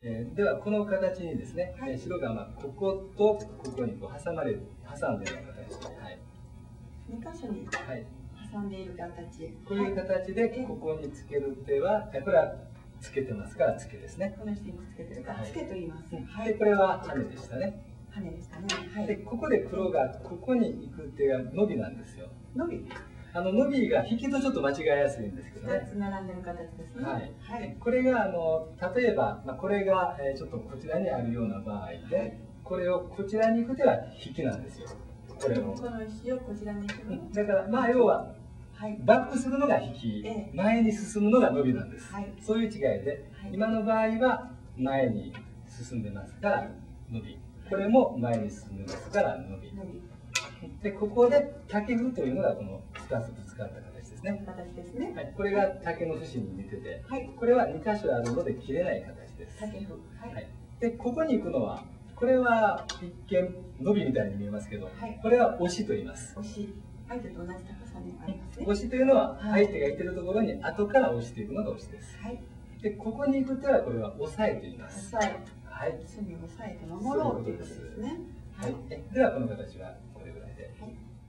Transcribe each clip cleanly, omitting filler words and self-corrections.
ではこの形にですね、白がこことここにこう挟んでいるような形で、 2箇所に挟んでいる形、 こういう形でここにつける手は、これはつけてますからつけですね。 この下にくっつけてるからつけと言います。 でこれは羽でしたね。 羽でしたね。 でここで黒がここに行く手が伸びなんですよ。 伸び。 伸びが引きとちょっと間違いやすいんですけどね。 2つ並んでる形ですね。 はい。これが例えばこれがちょっとこちらにあるような場合で、これをこちらに行く手は引きなんですよ。これを。 この石をこちらに行く。 だから要はバックするのが引き、前に進むのが伸びなんです。そういう違いで、今の場合は前に進んでますから伸び。これも前に進んでますから伸び。でここで竹譜というのがこの2つぶつかった形ですね。これが竹の節に似てて、これは2箇所あるので切れない形です。 竹譜。 でここに行くのは、これは一見伸びみたいに見えますけど、これは押しと言います。 押し。相手と同じ高さにありますね。 押しというのは相手がいてるところに後から押していくのが押しです。でここに行く手はこれは押さえと言います。 押さえ。隅を押さえて守ろうということですね。 ではこの形はこれぐらいで。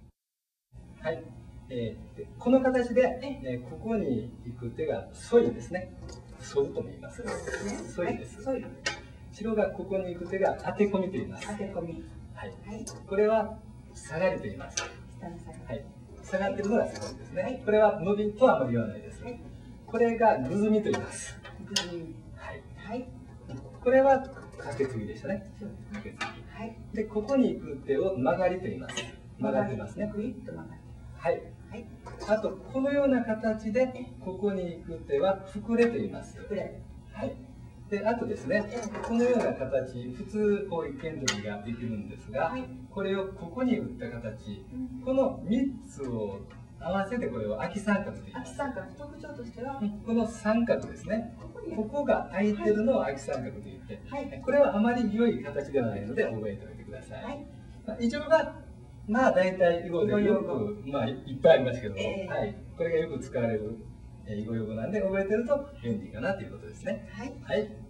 この形でここに行く手が反りですね。反るとも言います。反りです。白がここに行く手が当て込みと言います。 当て込み。 これは下がりと言います。下がっているのが下がりですね。これは伸びとはあまり言わないです。これがぐずみと言います。これはかけ継ぎでしたね。かけ継ぎ。でここに行く手を曲がりと言います。曲がってますね。あとこのような形でここに行く手は膨れと言います。であとですね、このような形、普通こう一間取りができるんですが、これをここに打った形、この3つを合わせてこれを空き三角と言います。 空き三角、特徴としてはこの三角ですね。ここが空いてるのを空き三角と言って、これはあまり良い形ではないので覚えておいてください。以上が大体囲碁でよくいっぱいありますけども、これがよく使われる囲碁用語なんで覚えてると便利かなということですね。